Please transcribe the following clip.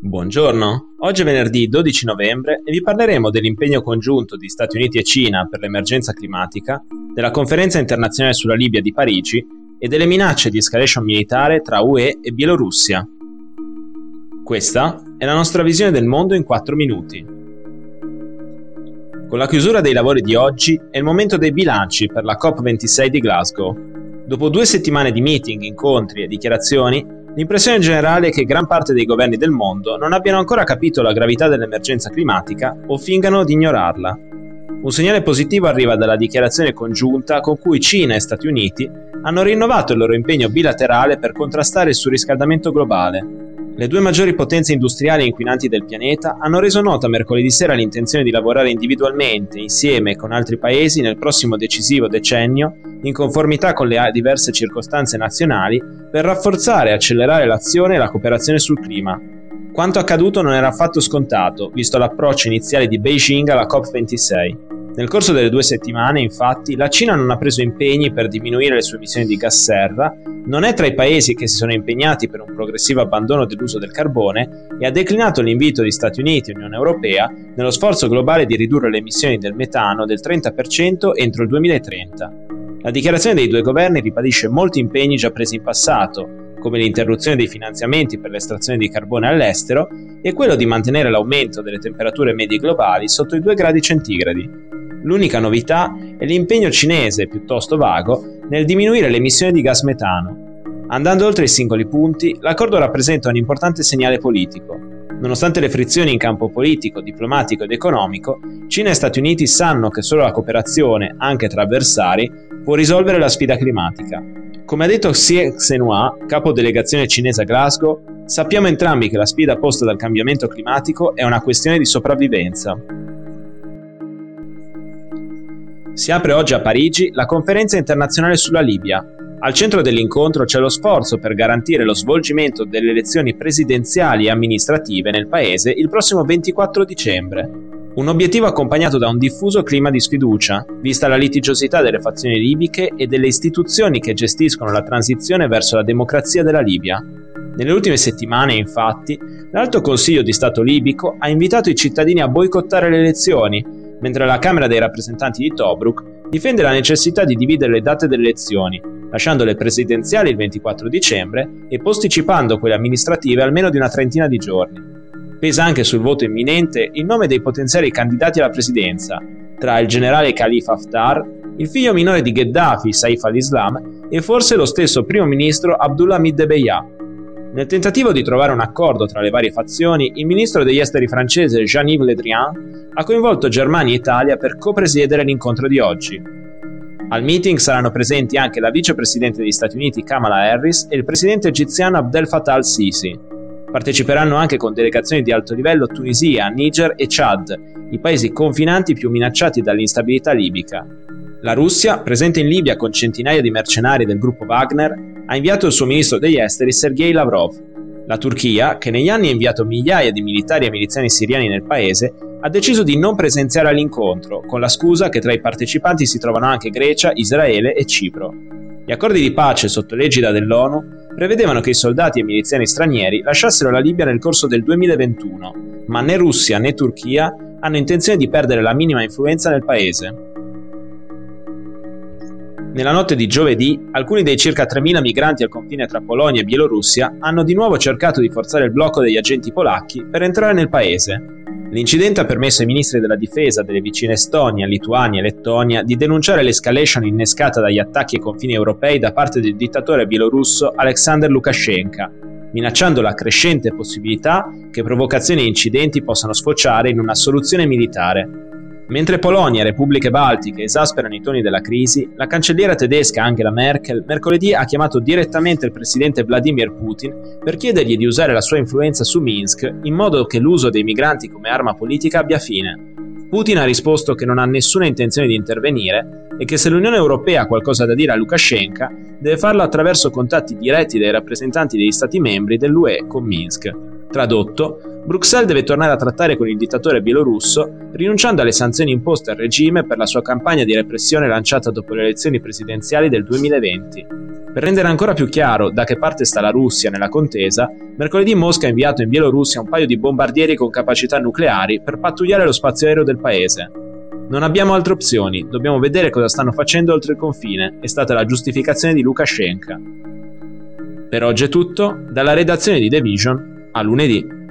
Buongiorno, oggi è venerdì 12 novembre e vi parleremo dell'impegno congiunto di Stati Uniti e Cina per l'emergenza climatica, della conferenza internazionale sulla Libia di Parigi e delle minacce di escalation militare tra UE e Bielorussia. Questa è la nostra visione del mondo in 4 minuti. Con la chiusura dei lavori di oggi è il momento dei bilanci per la COP26 di Glasgow. Dopo 2 settimane di meeting, incontri e dichiarazioni, l'impressione generale è che gran parte dei governi del mondo non abbiano ancora capito la gravità dell'emergenza climatica o fingano di ignorarla. Un segnale positivo arriva dalla dichiarazione congiunta con cui Cina e Stati Uniti hanno rinnovato il loro impegno bilaterale per contrastare il surriscaldamento globale. Le 2 maggiori potenze industriali inquinanti del pianeta hanno reso nota mercoledì sera l'intenzione di lavorare individualmente, insieme con altri paesi nel prossimo decisivo decennio, in conformità con le diverse circostanze nazionali, per rafforzare e accelerare l'azione e la cooperazione sul clima. Quanto accaduto non era affatto scontato, visto l'approccio iniziale di Beijing alla COP26. Nel corso delle 2 settimane, infatti, la Cina non ha preso impegni per diminuire le sue emissioni di gas serra, non è tra i paesi che si sono impegnati per un progressivo abbandono dell'uso del carbone e ha declinato l'invito di Stati Uniti e Unione Europea nello sforzo globale di ridurre le emissioni del metano del 30% entro il 2030. La dichiarazione dei 2 governi ribadisce molti impegni già presi in passato, come l'interruzione dei finanziamenti per l'estrazione di carbone all'estero e quello di mantenere l'aumento delle temperature medie globali sotto i 2 gradi centigradi. L'unica novità è l'impegno cinese, piuttosto vago, nel diminuire le emissioni di gas metano. Andando oltre i singoli punti, l'accordo rappresenta un importante segnale politico. Nonostante le frizioni in campo politico, diplomatico ed economico, Cina e Stati Uniti sanno che solo la cooperazione, anche tra avversari, può risolvere la sfida climatica. Come ha detto Xie Zhenhua, capo delegazione cinese a Glasgow, sappiamo entrambi che la sfida posta dal cambiamento climatico è una questione di sopravvivenza. Si apre oggi a Parigi la conferenza internazionale sulla Libia. Al centro dell'incontro c'è lo sforzo per garantire lo svolgimento delle elezioni presidenziali e amministrative nel paese il prossimo 24 dicembre. Un obiettivo accompagnato da un diffuso clima di sfiducia, vista la litigiosità delle fazioni libiche e delle istituzioni che gestiscono la transizione verso la democrazia della Libia. Nelle ultime settimane, infatti, l'Alto Consiglio di Stato libico ha invitato i cittadini a boicottare le elezioni, mentre la Camera dei rappresentanti di Tobruk difende la necessità di dividere le date delle elezioni, lasciando le presidenziali il 24 dicembre e posticipando quelle amministrative almeno di una trentina di giorni. Pesa anche sul voto imminente il nome dei potenziali candidati alla presidenza, tra il generale Khalifa Haftar, il figlio minore di Gheddafi, Saif al-Islam, e forse lo stesso primo ministro Abdulhamid Dbeibeh. Nel tentativo di trovare un accordo tra le varie fazioni, il ministro degli esteri francese Jean-Yves Le Drian ha coinvolto Germania e Italia per copresiedere l'incontro di oggi. Al meeting saranno presenti anche la vicepresidente degli Stati Uniti Kamala Harris e il presidente egiziano Abdel Fattah al-Sisi. Parteciperanno anche con delegazioni di alto livello Tunisia, Niger e Chad, i paesi confinanti più minacciati dall'instabilità libica. La Russia, presente in Libia con centinaia di mercenari del gruppo Wagner, ha inviato il suo ministro degli esteri Sergei Lavrov. La Turchia, che negli anni ha inviato migliaia di militari e miliziani siriani nel paese, ha deciso di non presenziare all'incontro, con la scusa che tra i partecipanti si trovano anche Grecia, Israele e Cipro. Gli accordi di pace sotto l'egida dell'ONU prevedevano che i soldati e miliziani stranieri lasciassero la Libia nel corso del 2021, ma né Russia né Turchia hanno intenzione di perdere la minima influenza nel paese. Nella notte di giovedì, alcuni dei circa 3.000 migranti al confine tra Polonia e Bielorussia hanno di nuovo cercato di forzare il blocco degli agenti polacchi per entrare nel paese. L'incidente ha permesso ai ministri della difesa delle vicine Estonia, Lituania e Lettonia di denunciare l'escalation innescata dagli attacchi ai confini europei da parte del dittatore bielorusso Alexander Lukashenko, minacciando la crescente possibilità che provocazioni e incidenti possano sfociare in una soluzione militare. Mentre Polonia e Repubbliche Baltiche esasperano i toni della crisi, la cancelliera tedesca Angela Merkel mercoledì ha chiamato direttamente il presidente Vladimir Putin per chiedergli di usare la sua influenza su Minsk in modo che l'uso dei migranti come arma politica abbia fine. Putin ha risposto che non ha nessuna intenzione di intervenire e che se l'Unione Europea ha qualcosa da dire a Lukashenko deve farlo attraverso contatti diretti dai rappresentanti degli Stati membri dell'UE con Minsk. Tradotto, Bruxelles deve tornare a trattare con il dittatore bielorusso, rinunciando alle sanzioni imposte al regime per la sua campagna di repressione lanciata dopo le elezioni presidenziali del 2020. Per rendere ancora più chiaro da che parte sta la Russia nella contesa, mercoledì Mosca ha inviato in Bielorussia un paio di bombardieri con capacità nucleari per pattugliare lo spazio aereo del paese. Non abbiamo altre opzioni, dobbiamo vedere cosa stanno facendo oltre il confine, è stata la giustificazione di Lukashenko. Per oggi è tutto, dalla redazione di The Vision, a lunedì.